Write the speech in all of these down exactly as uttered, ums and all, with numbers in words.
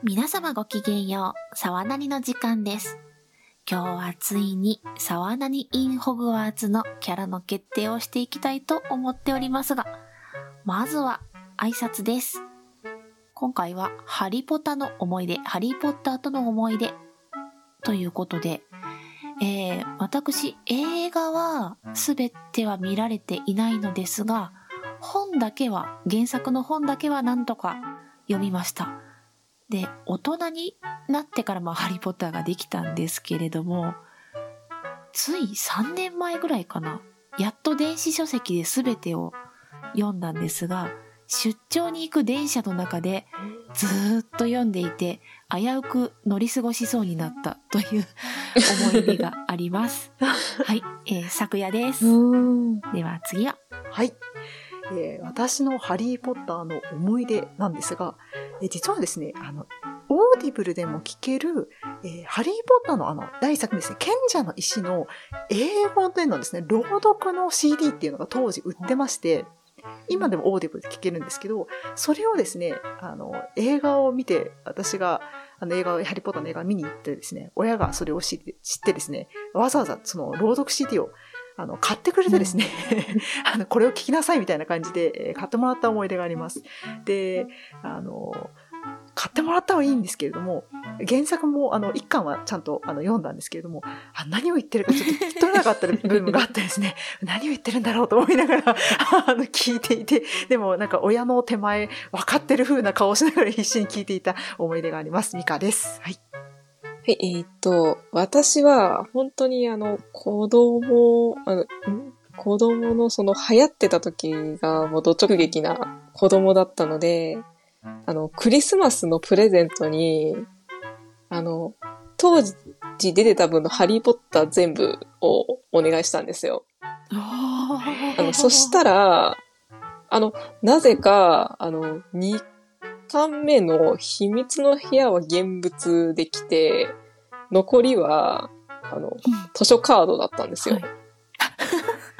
皆様ごきげんよう、沢なりの時間です。今日はついに沢なりインホグワーツのキャラの決定をしていきたいと思っておりますが、まずは挨拶です。今回はハリポタの思い出、ハリーポッターとの思い出ということで、えー、私映画は全ては見られていないのですが、本だけは、原作の本だけはなんとか読みました。で、大人になってからまあハリーポッターができたんですけれども、ついさんねんまえぐらいかな、やっと電子書籍で全てを読んだんですが、出張に行く電車の中でずーっと読んでいて、危うく乗り過ごしそうになったという思い出があります。はい、えー、昨夜です。では次は。 はい。えー、私のハリーポッターの思い出なんですが、えー、実はですね、あの、オーディブルでも聞ける、えー、ハリーポッターのあの、第一作ですね、賢者の石の英語でのですね、朗読の シーディー っていうのが当時売ってまして、今でもオーディブルで聞けるんですけど、それをですね、あの、映画を見て、私が、あの映画を、ハリーポッターの映画を見に行ってですね、親がそれを知って、知ってですね、わざわざその朗読 シーディー をあの、買ってくれてですね、あの、これを聞きなさいみたいな感じで、えー、買ってもらった思い出があります。で、あの、買ってもらったはいいんですけれども、原作も、あの、一巻はちゃんと、あの、読んだんですけれども、あ、何を言ってるかちょっと聞き取れなかった部分があってですね、何を言ってるんだろうと思いながら、あの、聞いていて、でもなんか親の手前、分かってる風な顔をしながら必死に聞いていた思い出があります。ミカです。はい。 はい、えー、っと、私は、本当にあの、子供、あの、ん子供のその流行ってた時がもうド直撃な子供だったので、あの、クリスマスのプレゼントに、あの、当時出てた分のハリーポッター全部をお願いしたんですよ。あの、そしたら、あの、なぜか、あの、にかんめの秘密の部屋は現物できて、残りは、あの、うん、図書カードだったんですよ。はい、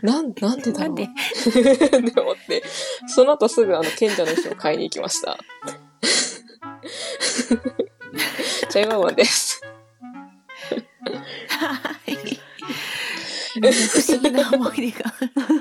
なん、なんでだろうなんでで思って、その後すぐあの、賢者の石を買いに行きました。チャイワンワンです。 はい。不思議な思い出が。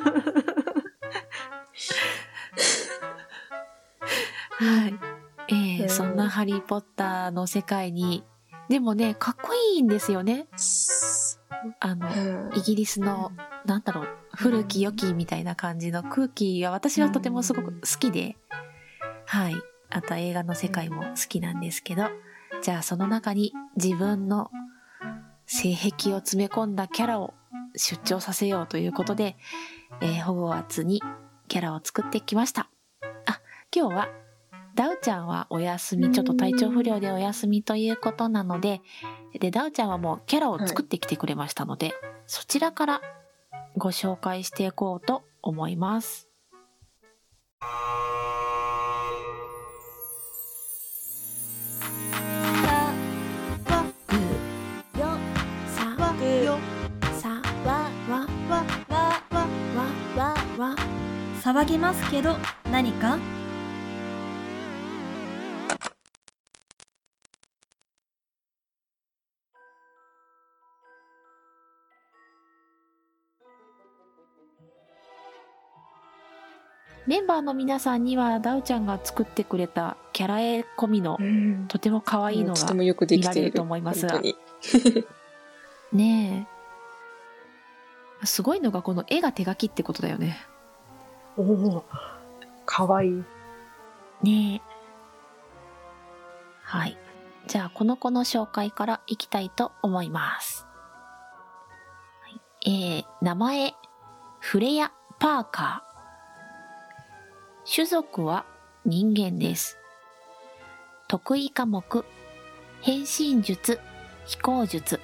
はい。えー、そんなハリーポッターの世界に、でもね、かっこいいんですよね。あの、イギリスの、なんだろう、古き良きみたいな感じの空気が私はとてもすごく好きで、はい。あと映画の世界も好きなんですけど、じゃあその中に自分の性癖を詰め込んだキャラを出張させようということで、えー、ホグワーツにキャラを作ってきました。あ、今日はダウちゃんはお休み、ちょっと体調不良でお休みということなので、で、ダウちゃんはもうキャラを作ってきてくれましたので、はい、そちらからご紹介していこうと思います。 騒ぎますけど何か？ メンバーの皆さんにはダウちゃんが作ってくれたキャラ絵込みの、うん、とても可愛いのが見られると思いますがねえ、すごいのがこの絵が手書きってことだよね。 おお、かわいいねえ。はい、じゃあこの子の紹介からいきたいと思います。はい、えー、名前フレア・パーカー。種族は人間です。得意科目、変身術、飛行術。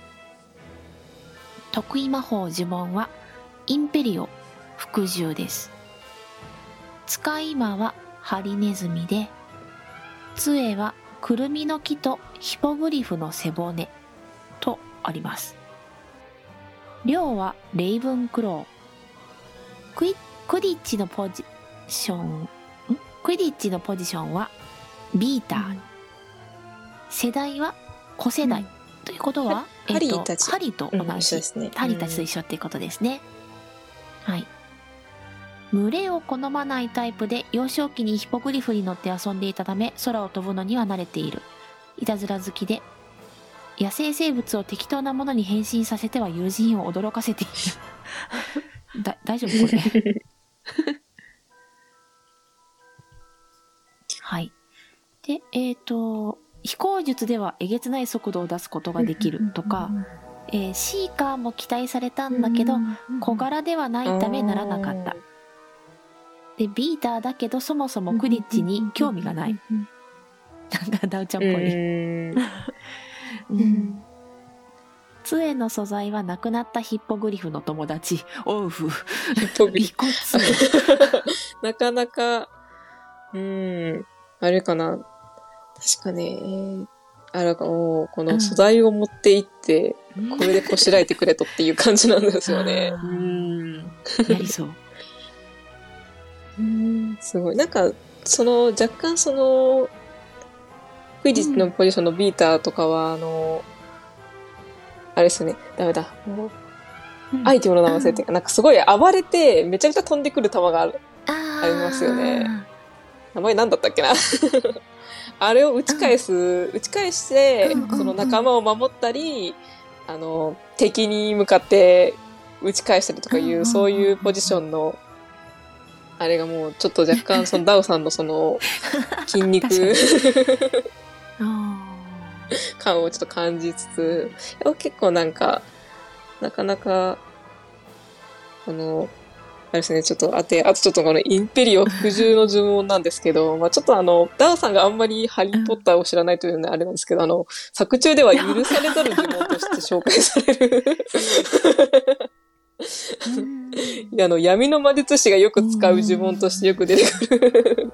得意魔法呪文はインペリオ、服従です。使い魔はハリネズミで、杖はくるみの木とヒポグリフの背骨とあります。寮はレイブンクロー。クイクディッチのポジション、クイディッチのポジションはビーター。 世代は子世代、 うんということは、えーとハリーたちハリーと同じ、 うん一緒ですねハリーたちと一緒っていうことですね、はい群れを好まないタイプで幼少期にヒポグリフに乗って遊んでいたため空を飛ぶのには慣れている。いたずら好きで野生生物を適当なものに変身させては友人を驚かせているだ大丈夫これはいでえっ、と飛行術ではえげつない速度を出すことができるとか、えーシーカーも期待されたんだけど小柄ではないためならなかった。でビーターだけどそもそもクリッチに興味がない。なんかダウちゃんっぽい。 うんうん杖の素材は亡くなったヒッポグリフの友達。おうふ。 飛び尾骨。 なかなか、うん、あれかな。確かね、あれか、おーこの素材を持っていって、 うんこれでこしらえてくれとっていう感じなんですよね。 あーうん。 やりそう。 すごい。なんか、その、若干その、クイディッチのポジションのビーターとかは、あの、あれですよね。ダメだ。もうアイテムの名前忘れて、なんかすごい暴れて、めちゃくちゃ飛んでくる球がある。 あありますよね。名前なんだったっけなあれを打ち返す、打ち返して、 うんうんうんその仲間を守ったり、あの、敵に向かって打ち返したりとかいう、 うんうんうんそういうポジションの、あれがもうちょっと若干そのダオさんのその筋肉あ感をちょっと感じつつ、結構なんか、なかなか、あの、あれですね、ちょっとあて、あとちょっとこのインペリオ服従の呪文なんですけど、まあちょっとあの、ダオさんがあんまりハリーポッターを知らないというのはあれなんですけど、あの、作中では許されざる呪文として紹介される。 ーうんいや、あの、闇の魔術師がよく使う呪文としてよく出てくる。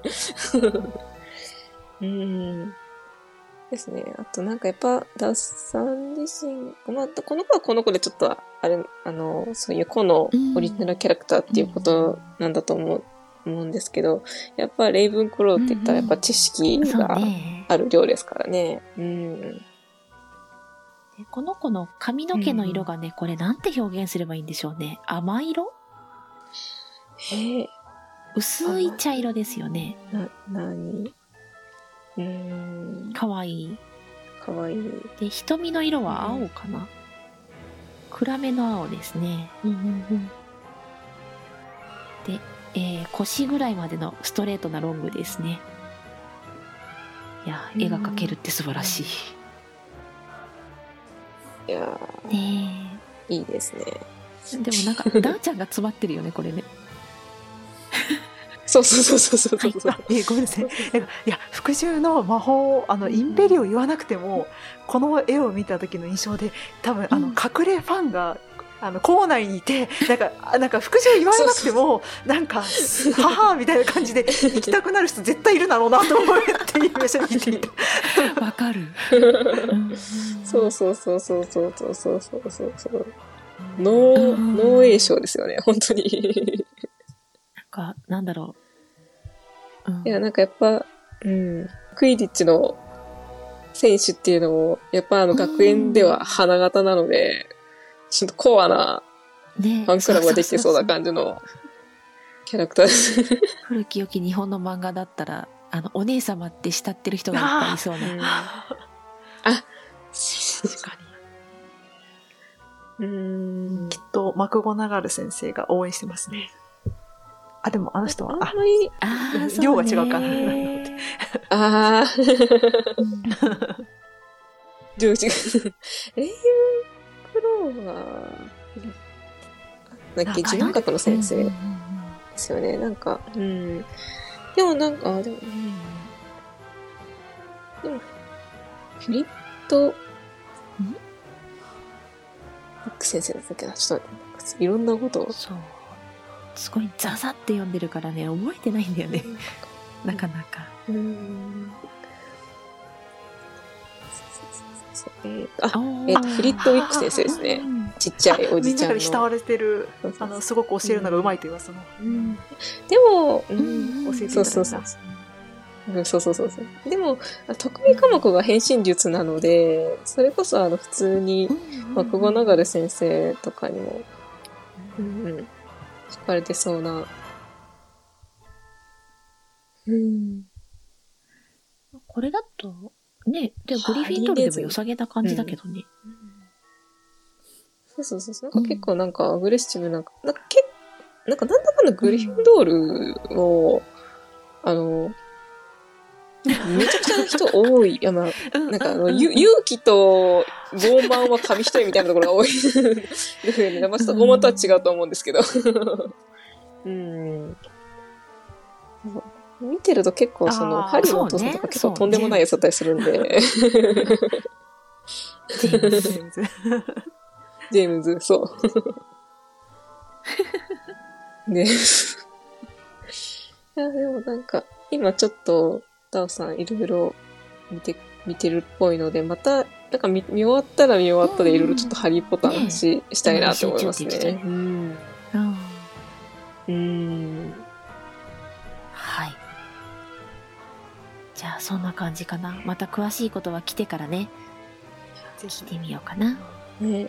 うん。ですね。あとなんかやっぱ、ダウさん自身、まあ、この子はこの子でちょっと、あれ、あの、そういう子のオリジナルキャラクターっていうことなんだと思う、思うんですけど、やっぱレイブンクローって言ったらやっぱ知識そうがね。 ある量ですからね。うん。 でこの子の髪の毛の色がね、これなんて表現すればいいんでしょうね。甘色へえ、 薄い茶色ですよね。 な、なにうーん、 かわいい。 かわいい。 で、瞳の色は青かな。暗めの青ですね。で、えー腰ぐらいまでのストレートなロングですね。いや、絵が描けるって素晴らしいやい。ねー、いいですね。 え。でもなんか、ダーちゃんが詰まってるよね、これね。 そうそうそうそうそうそう。 あ、えーごめんなさい。なんかいや、服従の魔法、あの、インペリを言わなくても、この絵を見た時の印象で、多分、あの、 うん隠れファンが、あの、校内にいて、なんか、あなんか、服従言われなくても、なんか、ははみたいな感じで行きたくなる人絶対いるだろうなと思って、今一緒に見ていた。 わかる。 そうそうそうそうそうそうそうそうそうそう。 う脳、 ん脳栄翔ですよね、本当に。 なんか、なんだろう。うんいや、なんかやっぱ、うん、クイディッチの選手っていうのも、やっぱあの学園では花形なので、ちょっとコアなね、 ファンクラブができてそうな感じのキャラクターです。 古き良き日本の漫画だったら、あの、お姉様って慕ってる人がいっぱいいそうな。 うんあ、 あ、 確かに。 うーん。 きっと、マクゴナガル先生が応援してますね。あ、でもあの人は、ああん、まり、 ああ、そうね。 量が違うかな。 ああ、 うん上司が。レイユークローは、なんだっけ、自分格の先生でうんうんうんすよね。なんか、うん。でもなんか、でも、うん、でも、フリット、んック先生だったっけな。ちょっと待って、いろんなことを。 そう。すごいザザって読んでるからね、覚えてないんだよね。なかなか。 うーん。えーと、あ、 あえーと、フリットウィック先生ですね。ちっちゃいおじちゃんの。 みんなから慕われてるそうそうそうあのすごく教えるのがうまいという噂の、 うんでも、ううんん、 教えていただいたそうそうそう。 うん、そうそうそうそう。でも、得意科目が変身術なので、それこそあの普通に、まあ、久保流先生とかにも、うんうん、引かれてそうな。うん。 これだと、ね、で、グリフィンドールでも良さげな感じだけどね。 そうそうそうそう。なんか結構なんかアグレッシブな、なんかけなんかなんだかんだグリフィンドールを、あの、めちゃくちゃな人多い。いや、まあ、なんかあの、ゆ勇気と傲慢は紙一重みたいなところが多い。でまあ、ちょっと傲慢とは違うと思うんですけど。うん。見てると結構その、ハリーのお父さんとか結構とんでもないやつだったりするんで。 ジェームズ。ジェームズ。 ジェームズ、そう。ね。いや、でもなんか、今ちょっと、ダオさんいろいろ見て、見てるっぽいので、また、なんか見見終わったら見終わったでいろいろちょっとハリーポッターの話したいなって思いますね。うん。うん。 はい。じゃあ、そんな感じかな。また詳しいことは来てからね、聞いてみようかな。ね。 はい。 うん、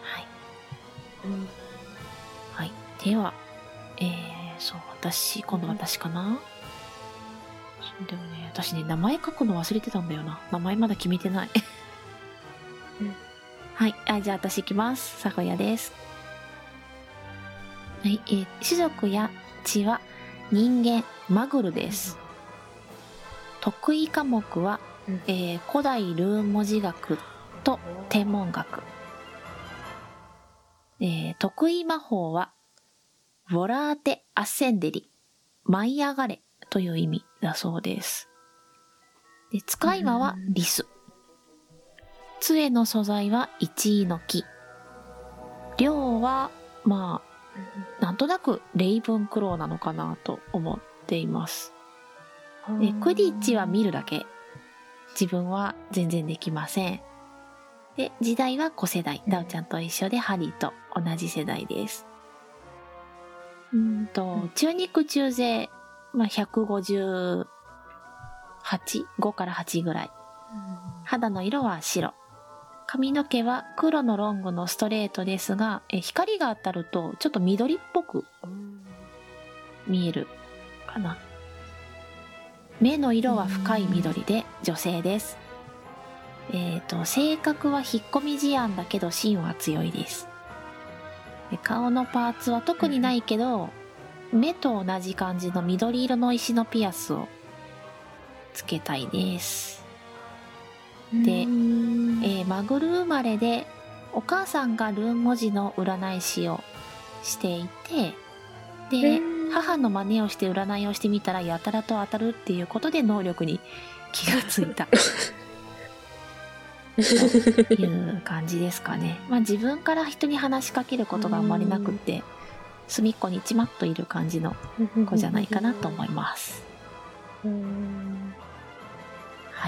はい。では、えー、そう、私、今度私かな、うん、でもね、私ね、名前書くの忘れてたんだよな。名前まだ決めてない。うん、はい。あ、じゃあ私行きます。さほやです。はい。えー、種族や血は人間、マグルです。うん得意科目は、うんえー、古代ルーン文字学と天文学、えー、得意魔法はボラーテ・アッセンデリ舞い上がれという意味だそうです。で使い魔はリス、杖の素材は一位の木、量はまあなんとなくレイブンクローなのかなと思っています。でクディッチは見るだけ。自分は全然できません。で、時代は子世代。ダウちゃんと一緒でハリーと同じ世代です。うんと、中肉中背、まあ、ひゃくごじゅうはち、ごからはちぐらい。肌の色は白。髪の毛は黒のロングのストレートですが、え光が当たるとちょっと緑っぽく見えるかな。目の色は深い緑で女性です。えっと、性格は引っ込み思案だけど芯は強いです。で顔のパーツは特にないけど、目と同じ感じの緑色の石のピアスをつけたいです。で、えー、マグル生まれでお母さんがルーン文字の占い師をしていて、で、母の真似をして占いをしてみたらやたらと当たるっていうことで能力に気がついたという感じですかね。まあ自分から人に話しかけることがあんまりなくって隅っこにちまっといる感じの子じゃないかなと思います。はい。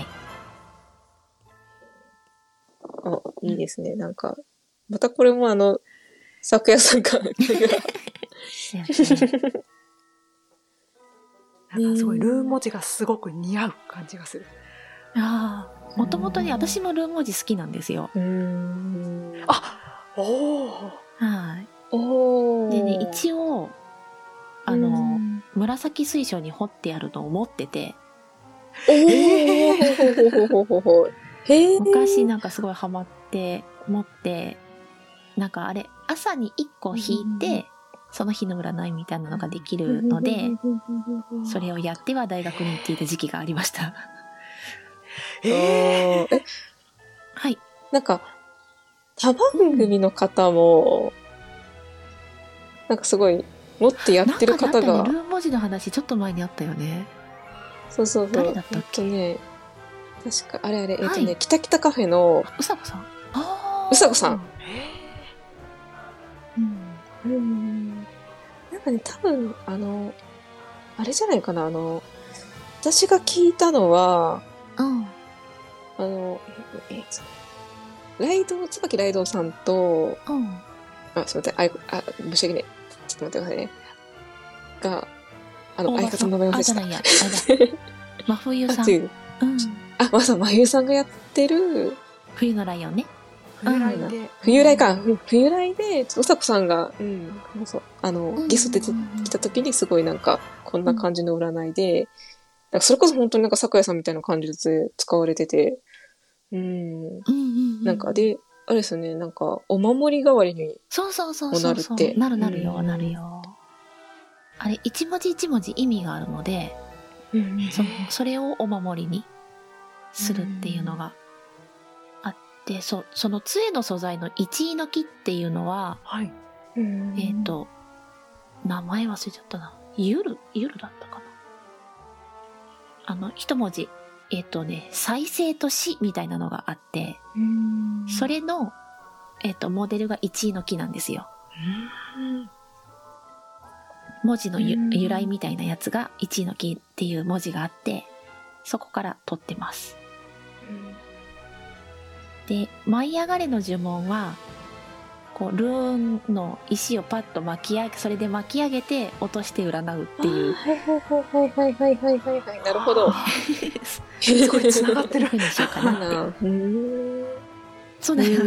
あ、いいですね。なんかまたこれもあの作家さんがなんかすごいルーン文字がすごく似合う感じがする。 ああ、もともとね、私もルーン文字好きなんですよ。 うーん。あ、おー。 はい。 おー。 でね、一応あの紫水晶に彫ってあるのを持ってて、 おー。へー。 昔なんかすごいハマって持って、なんかあれ朝にいっこ引いて。その日の占いみたいなのができるので、それをやっては大学に行っていた時期がありました。 えー、 はい。 なんか、他番組の方も、なんかすごい、持ってやってる方が。 なんかね、ルーン文字の話ちょっと前にあったよね。 そうそうそう。 誰だったっけ？ えっとね、確か、あれあれ、えっとね、キタキタカフェの、 うさこさん？ うさこさん。 うん。 うんなんかね、多分、あの、あれじゃないかな、あの、私が聞いたのは、 うん。 あの、え、え、ライド、椿ライドさんと、 うん。 あ、すみません、あ、あ、申し訳ない。ちょっと待ってくださいね。が、あの、相方の名前忘れてた。 あ、じゃないや。あれだ。 真冬さん。 あっていう。 うん。 あ、まさ、まゆさんがやってる、 冬のライオンね。 冬来で。 冬来か、うん冬来で、ちょっとうさこさんが、うん、そうあの、 んゲスト出てきた時にすごいなんか、こんな感じの占いで、なんかそれこそ本当になんか桜井さんみたいな感じで使われてて、うん、 うんうんうん。 なんかで、あれですよね、なんか、お守り代わりに、 そうそうそうそうそう。 なるってなるなるよ、 うんなるよ。あれ、一文字一文字意味があるので、そそれをお守りにするっていうのがあって、そその杖の素材の一位の木っていうのは、 はい。 うんえっ、と、名前忘れちゃったな。ゆる、ゆるだったかな。あの、一文字、えっ、とね、再生と死みたいなのがあって、 うんそれの、えっ、と、モデルが一位の木なんですよ。文字のゆうん由来みたいなやつが一位の木っていう文字があって、そこから取ってます。で、舞い上がれの呪文は、こう、ルーンの石をパッと巻き上げ、それで巻き上げて落として占うっていう。 はいはいはいはいはいはいはいはい。なるほど。 すごい繋がってる。 ふうにしようかなって。 な。うん。 そうだよ。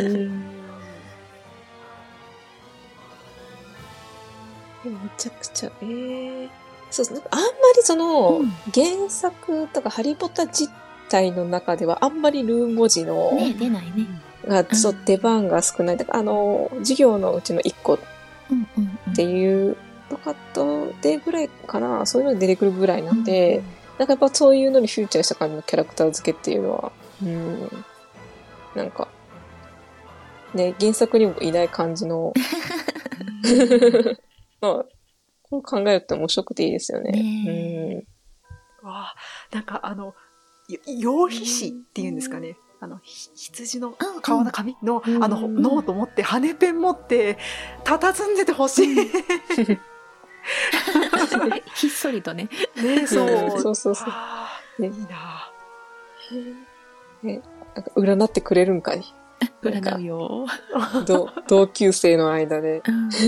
めちゃくちゃ、えー、そうですね。あんまりその、 うん原作とかハリーポッター自体の中ではあんまりルーン文字の、 ね出ないね。 が、そう出番が少ない。だからあの、授業のうちの一個っうんうんうん。 ていうとかとでぐらいかな、そういうので出てくるぐらいなんで、なんかやっぱそういうのにフューチャーした感じのキャラクター付けっていうのは、うん、なんか、ね、原作にもいない感じの、まあ、こう考えると面白くていいですよね。 ねわあ、なんかあの、よ羊皮紙っていうんですかね。あの、ひ羊のうんうん皮の紙の、 うんあの、ノート持って、羽ペン持って、佇んでてほしい。ねひっそりとね。 そう。 うんそうそうそうあーねいいなね、なんか占ってくれるんかい。なんか占うよ。 同同級生の間で、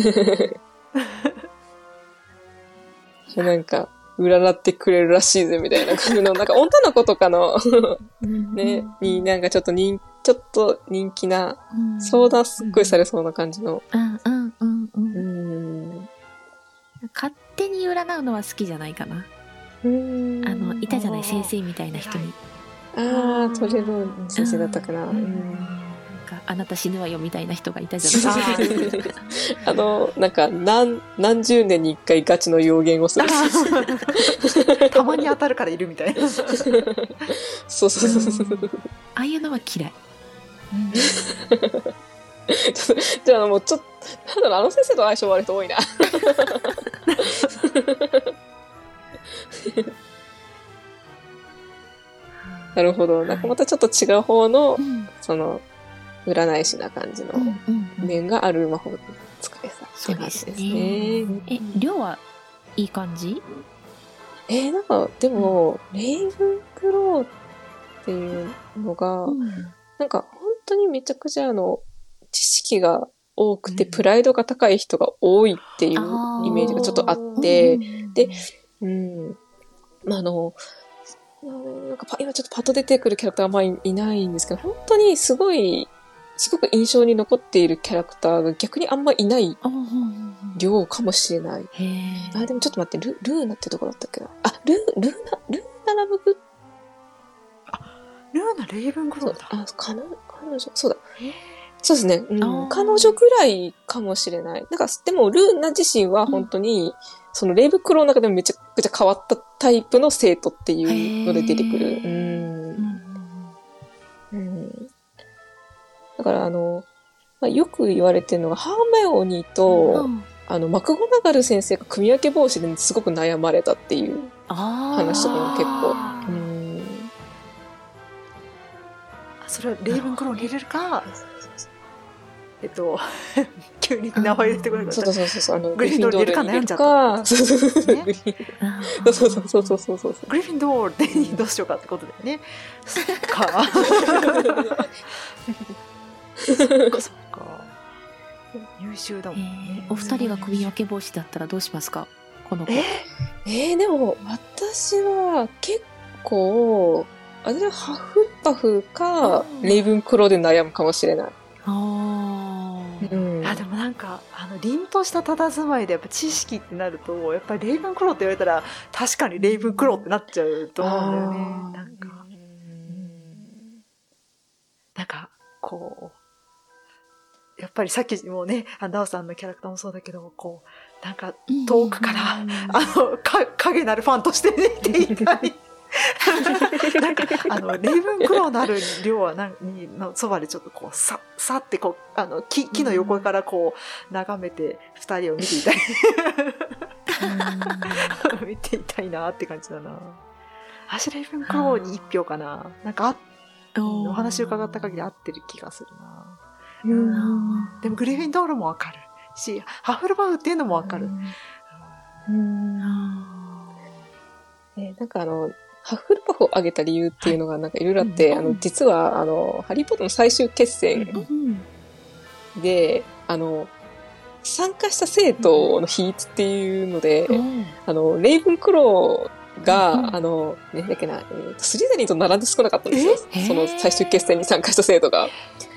うんなんか、占ってくれるらしいぜみたいな感じの、なんか女の子とかのね、になんかちょっと人、ちょっと人気な、 うん相談すっごいされそうな感じの。 うんうんうんう。 うんん。 勝手に占うのは好きじゃないかな。 うんあの、いたじゃない、 あー先生みたいな人に。 ああ、トレロン先生だったかな。 ううんんなんかあなた死ぬわよみたいな人がいたじゃないですか。 あの、なんか、何、何十年に一回ガチの予言をする。 たまに当たるからいるみたいな。 そうそうそうそう。 ああいうのは嫌い。 じゃあもうちょっと、なんだろう、あの先生と相性悪い人多いな。なるほど。なんかまたちょっと違う方の、 うんその、占い師な感じのうんうんうん面がある魔法使いさんそうでって感じですすねね。 え、量はいい感じ？ えー、なんか、でも、レイブンクローっていうのが、 うんなんか本当にめちゃくちゃあの、知識が多くてうんプライドが高い人が多いっていうあーイメージがちょっとあって、 うんでうん。まあ、あの、なんかパ今ちょっとパッと出てくるキャラクターはあんまりいないんですけど、本当にすごい、すごく印象に残っているキャラクターが逆にあんまりいないうんうんうん量かもしれない。 へえ。 あ、でもちょっと待って、ルルーナってとこだったっけな。あ、ルー、ルーナ、ルーナラブグッルーナ・レイブンクロドーだ。 あ、彼女、彼女、そうだ。そうですね。うんあー。 彼女ぐらいかもしれない。なんか、でも、ルーナ自身は本当に、そのレイブクローの中でもめちゃくちゃ変わったタイプの生徒っていうので出てくる。 へーうん。うん。だから、あの、まあ、よく言われてるのが、ハーマイオニーと、 うんあの、マクゴナガル先生が組み分け防止ですごく悩まれたっていうあー話とかも結構。うん。 それはレイブンクローに入れるか、えっと、急に名前入れてくれるそうかそうそうそう、あの、 グリフィンドール入れるかグリフィンドールに入れる悩んじゃったか、そうそうそう、 ねグリフィンうんそうそうそうそうそうそう。 グリフィンドールでどうしようかってことだよね。そっか。そっかそっか。優秀だもんえね。 ーお二人が組み分け防止だったらどうしますかこの子。 えー、でも、私は結構、あれはハフパフか、レイブンクローで悩むかもしれない。 あーうん。 あでもなんかあの凛とした佇まいでやっぱ知識ってなるとやっぱりレイブンクローって言われたら確かにレイブンクローってなっちゃうと思うんだよね。 あーなんか、うんなんかこうやっぱりさっきもねあダオさんのキャラクターもそうだけどこうなんか遠くから、 うんあのか影なるファンとして見ていたい。なんかあのレイブンクローのある量はなんにのそばでちょっとこうささってこうあの 木, 木の横からこう眺めて二人を見ていたい見ていたいなって感じだな。私レイブンクローに一票かな。なんかあお話を伺った限り合ってる気がするな。 うんでもグリフィンドールもわかるしハフルパフっていうのもわかる。 うんね、なんかあのハッフルパフを上げた理由っていうのがなんかいろいろあって、 はいあの実はあのハリーポッターの最終決戦うんで、あの参加した生徒の比率っていうので、 うんあのレイブンクローが、 うんあのねだっけな、えーとスリザリンと並んで少なかったんですよ。 えその最終決戦に参加した生徒が。 へ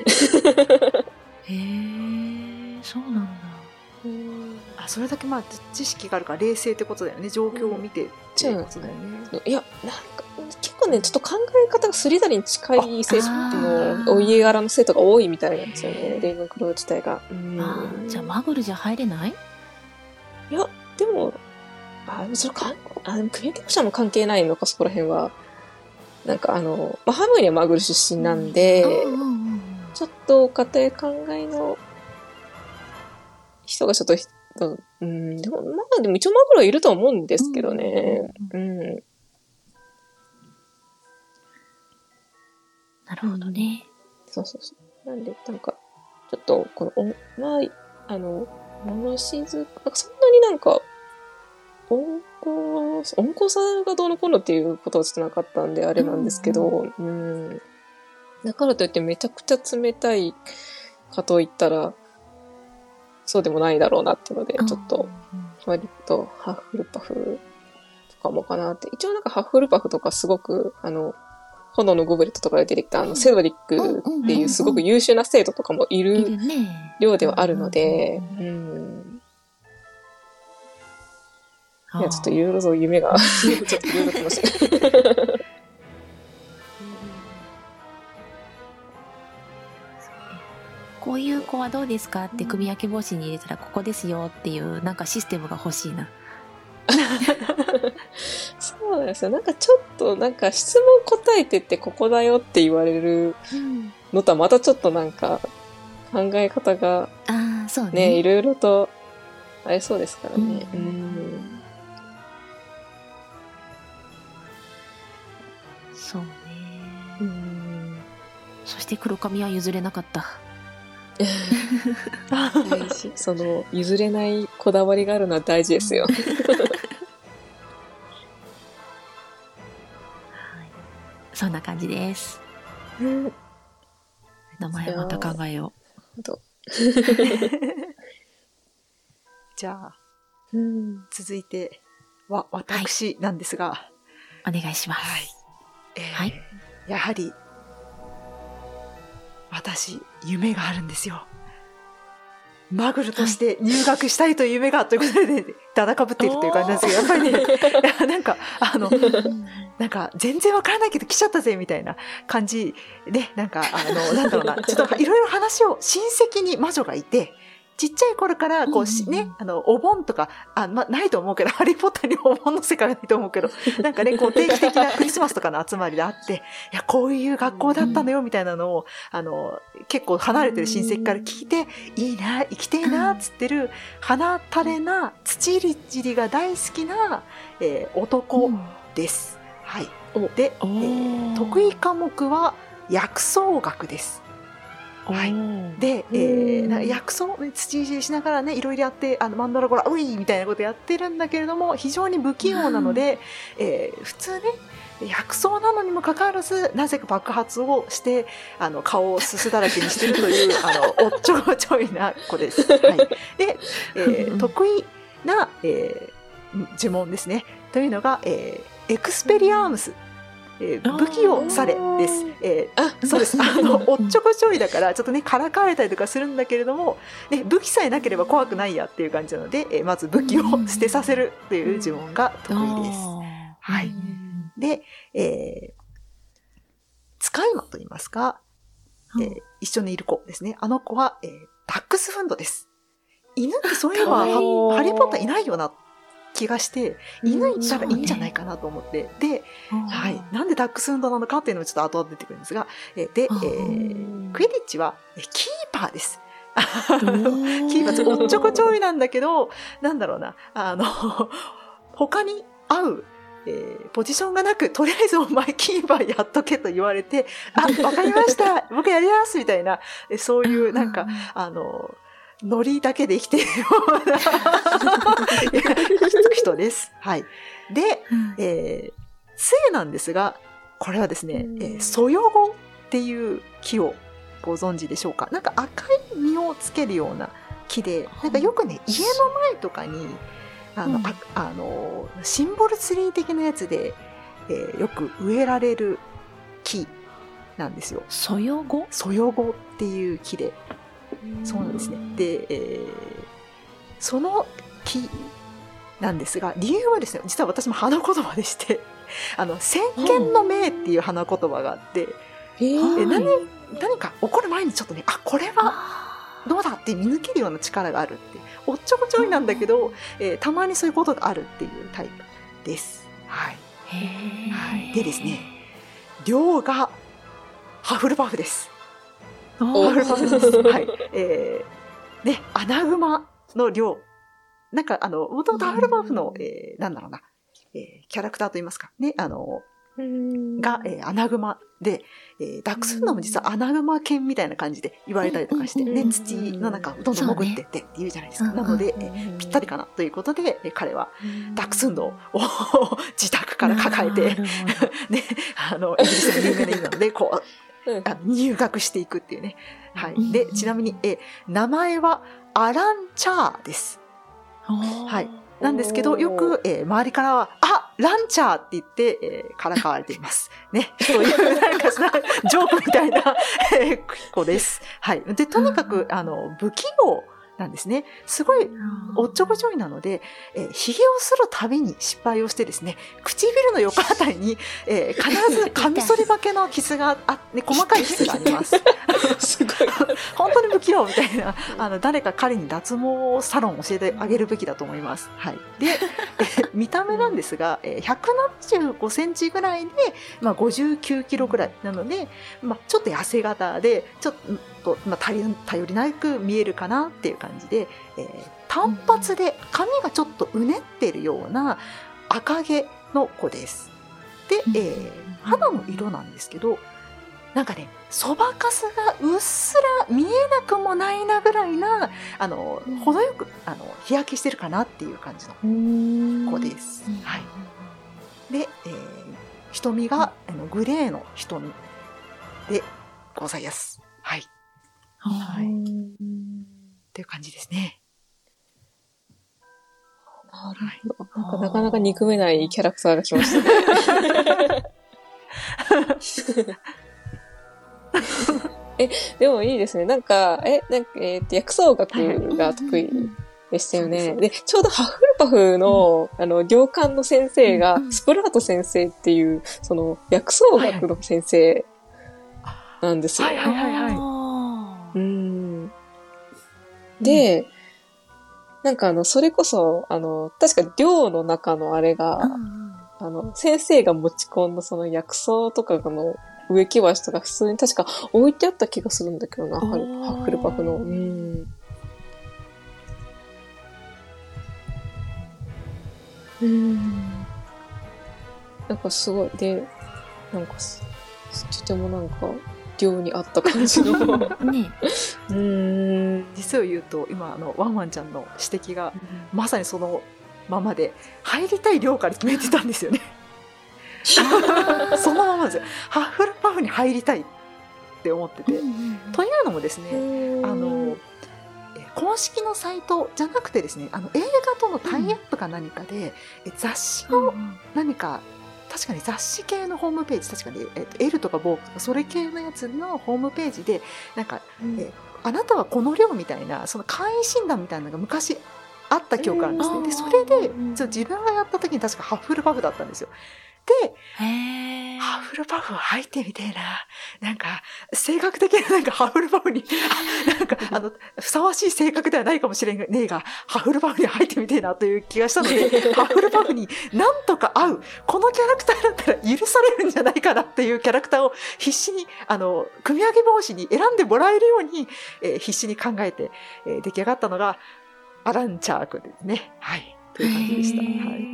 え、そうなんだ。 あそれだけまあ知識があるから冷静ってことだよね。状況を見てっていうことだよね。 いやなんか結構ねちょっと考え方がスリザリンに近い生徒あのお家柄の生徒が多いみたいなんですよね。レイブンクロー自体が。うんあーじゃあマグルじゃ入れない？ いやでもあそれかあでも組役者も関係ないのかそこら辺は。なんかあの、まあ、ハーモニーはマグル出身なんで、 うんうんうんちょっと家庭考えの人がちょっとひうん、でも、まあでも一応マグロはいるとは思うんですけどね。うん。 なるほどね。 そうそうそう。なんで、なんか、ちょっと、この、おまあ、あの、物静か、なんかそんなになんか、温厚、温厚さがどうのこうのっていうことはちょっとなかったんで、あれなんですけど、うん。だからといってめちゃくちゃ冷たいかといったら、そうでもないだろうなっていうので、ちょっと、割とハッフルパフとかもかなって。一応なんかハッフルパフとかすごく、あの、炎のゴブレットとかで出てきたあの、セドリックっていうすごく優秀な生徒とかもいいるるね。 量ではあるので、 ううん。 あーいや、ちょっといろいろと夢が、ちょっといろいろ楽しい。 こういう子はどうですかって組み分け帽子に入れたらここですよっていうなんかシステムが欲しいな。 そうなんですよ。なんかちょっと、なんか質問答えてってここだよって言われるのとはまたちょっとなんか考え方がああ、そうね。 ね、いろいろとありそうですからね。 ううんん。 そうね。 うんそして黒髪は譲れなかった。 大事。その、譲れないこだわりがあるのは大事ですよ。 そんな感じです。名前また考えよとじゃあうん。 続いては私なんですが、 う。お願いします。 はいえーはいやはり私夢があるんですよ。マグルとして入学したいという夢がということで、だだかぶっているという感じなんですけど、やっぱりね、いやなんか、あの、なんか、全然わからないけど来ちゃったぜ、みたいな感じで、なんか、あの、なんだろうな、ちょっといろいろ話を、親戚に魔女がいて、ちっちゃい頃から、こうし、ね、あの、お盆とか、あ、ま、ないと思うけど、ハリーポッターにお盆の世界はないと思うけど、なんかね、こう、定期的なクリスマスとかの集まりであって、いや、こういう学校だったのよ、みたいなのを、あの、結構離れてる親戚から聞いて、いいな、生きてえな、つってる、鼻垂れな、土いじりが大好きな、えー男です。はい。で、えおーー得意科目は薬草学です。はいで、えー、なんか薬草土いじりしながらねいろいろやってあのマンドラゴラウィーみたいなことやってるんだけれども非常に不器用なので、えー、普通ね薬草なのにもかかわらずなぜか爆発をしてあの顔をすすだらけにしているというあのおっちょこちょいな子です。はい、で、えー、得意な、えー、呪文ですねというのが、えー、エクスペリアームスえー武器をされです。えーあ、 そうです。あの、おっちょこちょいだから、ちょっとね、からかわれたりとかするんだけれども、ね、武器さえなければ怖くないやっていう感じなので、えーまず武器を捨てさせるという呪文が得意です。はい。で、えー使い魔と言いますか、えー一緒にいる子ですね。あの子は、えーダックスフンドです。犬ってそういえば、ハかわいいハリーポッターいないような気がして、犬いたらいいんじゃないかなと思って。で、はい。なんでダックスフンドなのかっていうのもちょっと後々出てくるんですが、えーで、えークイディッチは、えーキーパーです。キーパー、おっちょこちょいなんだけど、なんだろうな、あの、他に合う、えーポジションがなく、とりあえずお前キーパーやっとけと言われて、あ、わかりました僕やりますみたいな、えそういうなんか、あの、ノリだけで生きているような人です。はい。で、えー、杖なんですが、これはですね、えー、ソヨゴっていう木をご存知でしょうか。なんか赤い実をつけるような木で、なんかよくね、家の前とかに、あの、うん、あ, あのシンボルツリー的なやつで、えー、よく植えられる木なんですよ。 ソヨゴ？ ソヨゴっていう木で、そうなんですね。で、えー、その木なんですが、理由はですね、実は私も花言葉でして、あの先見の明っていう花言葉があって、えー、何, 何か起こる前にちょっとね、あ、これはどうだって見抜けるような力があるって、おっちょこちょいなんだけど、えー、たまにそういうことがあるっていうタイプです。はい。はい、でですね、寮がハフルパフです。ハフルパフです。はい。えー、ね、アナグマの寮。なんか、あの、もともとハフルパフの、えー、なんだろうな、えー、キャラクターといいますか、ね、あの、が、えー、アナグマで、えー、ダックスフンドも実はアナグマ犬みたいな感じで言われたりとかして、ね、土の中をどんどん潜ってってって言うじゃないですか。なので、えー、ぴったりかなということで、えー、彼はダックスフンドを自宅から抱えて、ね、あの、イギリスの有名な意味なので、こう、あの入学していくっていうね。はい。で、ちなみに、えー、名前はアラン・チャーです。はい。なんですけど、よく、えー、周りからは、あ、ランチャーって言って、えー、からかわれています。ね。そういう、なんか、ジョークみたいな、えー、子です。はい。で、とにかく、あの、不器用なんですね。すごい、おっちょこちょいなので、えー、髭を剃るたびに失敗をしてですね、唇の横あたりに、えー、必ずカミソリ負けの傷があ、ね、細かい傷があります。すごい。本当に不器用みたいな、あの、誰か彼に脱毛サロンを教えてあげるべきだと思います。はい。で、えー、見た目なんですが、えー、ひゃくななじゅうごセンチぐらいで、まあ、ごじゅうきゅうキロぐらいなので、まあ、ちょっと痩せ型で、ちょっと、まあ、頼りなく見えるかなっていう感じで、えー、単発で髪がちょっとうねっているような赤毛の子です。で、えー、肌の色なんですけど、なんかね、そばかすがうっすら見えなくもないなぐらいな、あの、程よく、あの、日焼けしてるかなっていう感じの子です。はい。で、えー、瞳が、あの、グレーの瞳でございます。はい。はい。っていう感じですね。 なるほど。なんかなかなか憎めないキャラクターが来ましたね。え、でもいいですね。なんか、え、なんか、えー、薬草学が得意でしたよね。で、ちょうどハッフルパフの、うん、あの、領館の先生が、スプラート先生っていう、その、薬草学の先生なんですよ。 はいはいはいはい。 うん。で、うん、なんかあの、それこそ、あの、確か寮の中のあれが、うん、あの、先生が持ち込んだその薬草とかの植木鉢とか普通に確か置いてあった気がするんだけどな、ハッフルパフの。うん。うん。なんかすごい、で、なんか、とてもなんか、寮にあった感じの。 ね。 うん。実を言うと、今、あの、ワンワンちゃんの指摘が、うん、まさにそのままで、入りたい寮から決めてたんですよね。そのままですよ。ハッフルパフに入りたいって思ってて。うんうんうん、というのもですね、あの、公式のサイトじゃなくてですね、あの映画とのタイアップか何かで、うん、雑誌を何か確かに雑誌系のホームページ、確かに、えっと、L とかボークとかそれ系のやつのホームページでなんか、 うんえあなたはこの量みたいなその簡易診断みたいなのが昔あった記憶があるんですね。 うんでそれでうんちょ自分がやった時に確かハッフルパフだったんですよ。でへー。 ハッフルパフを履いてみてえな。なんか、性格的ななんかハッフルパフに、あなんか、あの、ふさわしい性格ではないかもしれねえが、ハッフルパフに履いてみてえなという気がしたので、ハッフルパフになんとか合う、このキャラクターだったら許されるんじゃないかなっていうキャラクターを必死に、あの、組み上げ帽子に選んでもらえるように、えー必死に考えて、えー出来上がったのが、アランチャークですね。はい。という感じでした。はい。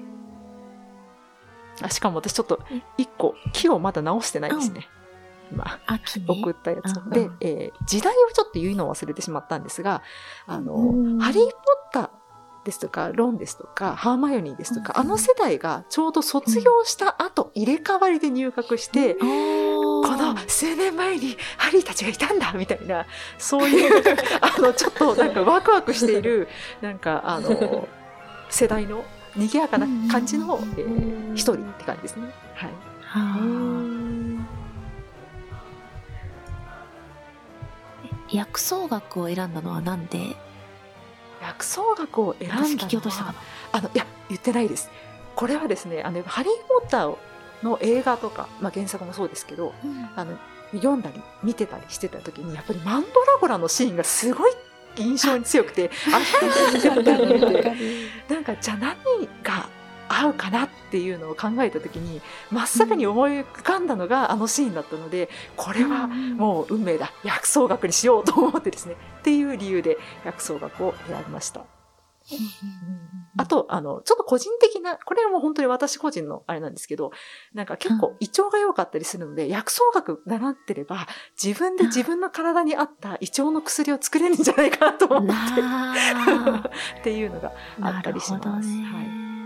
あしかも私ちょっと一個木をまだ直してないですね。今秋ね。 送ったやつうんで、えー時代をちょっと言うのを忘れてしまったんですが、あの、 うんハリー・ポッターですとか、ロンですとか、ハーマイオニーですとか、 うんあの世代がちょうど卒業した後、入れ替わりで入学して、 おーこの数年前にハリーたちがいたんだみたいな、そういう、あの、ちょっとなんかワクワクしている、なんかあの、世代の賑やかな感じの、えー一人って感じですね。はい。 はうんー薬草学を選んだのはなんで？ 薬草学を選んだのは私聞き落としたかな。 あの、いや、言ってないです。これはですね、あの、ハリー・ポッターの映画とか、まあ原作もそうですけど、あの、読んだり、見てたりしてた時に、やっぱりマンドラゴラのシーンがすごい印象に強くて、あれなんか、じゃあ何が合うかなっていうのを考えた時に、真っ先に思い浮かんだのがあのシーンだったので、これはもう運命だ、薬草学にしようと思ってですね、っていう理由で薬草学を選びました。あと、あの、ちょっと個人的な、これはもう本当に私個人のあれなんですけど、なんか結構胃腸が弱かったりするので、薬草学習ってれば、自分で自分の体に合った胃腸の薬を作れるんじゃないかなと思って、 なっていうのがーあったりします。 なるほどね。 はい。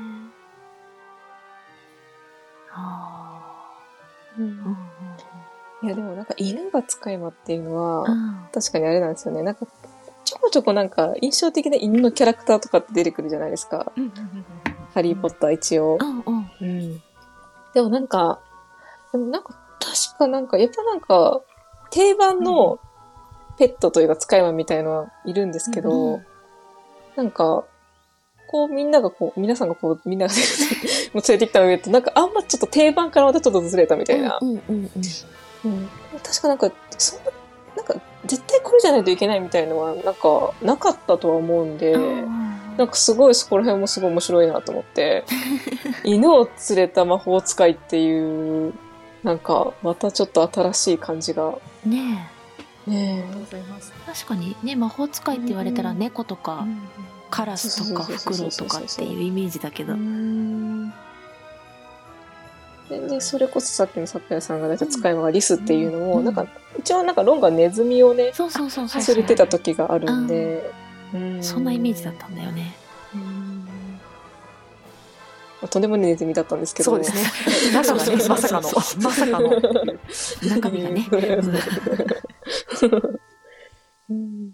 あうんーうんいやでもなんか犬が使い魔っていうのは、 うん確かにあれなんですよね。なんかちょこちょこなんか印象的な犬のキャラクターとかって出てくるじゃないですか。 うんうんうんうんハリーポッター一応。 うんうんうん。でもなんか、でもなんか確かなんか、やっぱなんか定番のペットというか使い魔みたいのはいるんですけど、 うんなんか、こうみんながこう、皆さんがこう、みんながもう連れてきたのを見ると、なんかあんまちょっと定番からまたちょっとずれたみたいな。 うんうんうんうん、確かなんか、そんな、なんか、絶対これじゃないといけないみたいのは、なんか、なかったとは思うんで、 うんなんかすごいそこら辺もすごい面白いなと思って、犬を連れた魔法使いっていう、なんか、またちょっと新しい感じが。 ねありねがとうございます。 え確かにね魔法使いって言われたらうん猫とかカラスとかフクロウとかっていうイメージだけえ。 どで、でそれこそさっきの咲夜さんが出た使い魔がリスっていうのも、 うんなんか、一応なんかロンがネズミをね、 そうそうそうそう連れてた時があるんで、うんそんなイメージだったんだよね。 とんでもないネズミだったんですけど。 そうですね。中がね、まさかの、まさかのっていう。 中身がね。 うん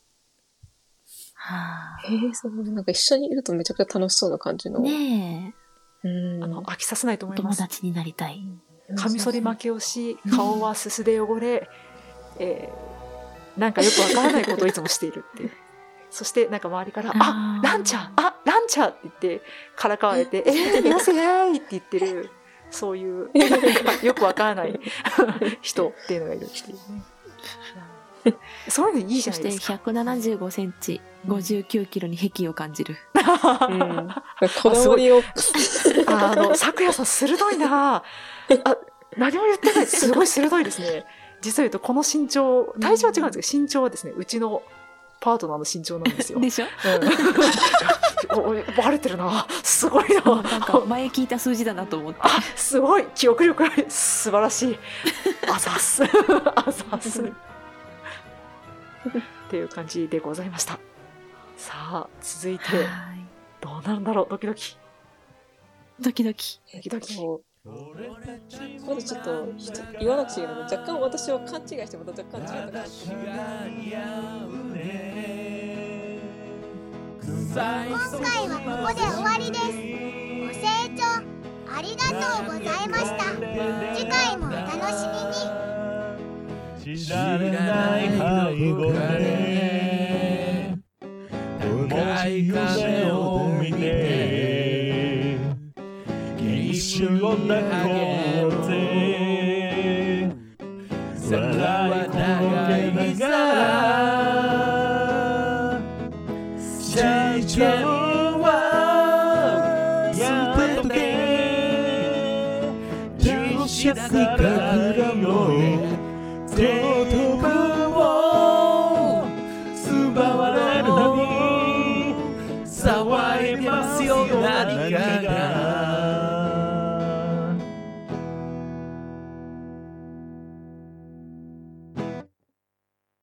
はあえー、そうなんか一緒にいるとめちゃくちゃ楽しそうな感じの。 ねえうんあの、飽きさせないと思います。 友達になりたい。 カミソリ負けをし、顔はすすで汚れ、えー、なんかよくわからないことをいつもしているっていう。そして、なんか周りから、ああ、ーランちゃんあ、ランちゃんって言って、からかわれて、えー、やせやいって言ってる、そういう、よくわからない人っていうのがいるっていうね。そういうのいいじそしてゃないですか。 ひゃくななじゅうごセンチ、ごじゅうきゅうキロに癖を感じる。 うん。こだわりを。 あの、咲夜さん鋭いなあ、何も言ってない。すごい鋭いですね。実は言うと、この身長、体重は違うんですけど、身長はですね、うちのパートナーの身長なんですよ。 でしょうん、おバレてるな。すごいな。 なんか前聞いた数字だなと思って。 あ、すごい。記憶力が素晴らしい。あざっす。あざっす。っていう感じでございました。さあ、続いて、 はいどうなるんだろう。ドキドキ。 ドキドキ。 ドキドキ。 そうまだちょっと言わなくちゃいけないので、若干私は勘違いしてまた若干違った感じ。 今回はここで終わりです。ご清聴あありがとうございました。次回もお楽しみに。 知らない背後で重い夢を見て一瞬を抱こうぜ笑い転げながら成長はやめとけ十字架からの言葉を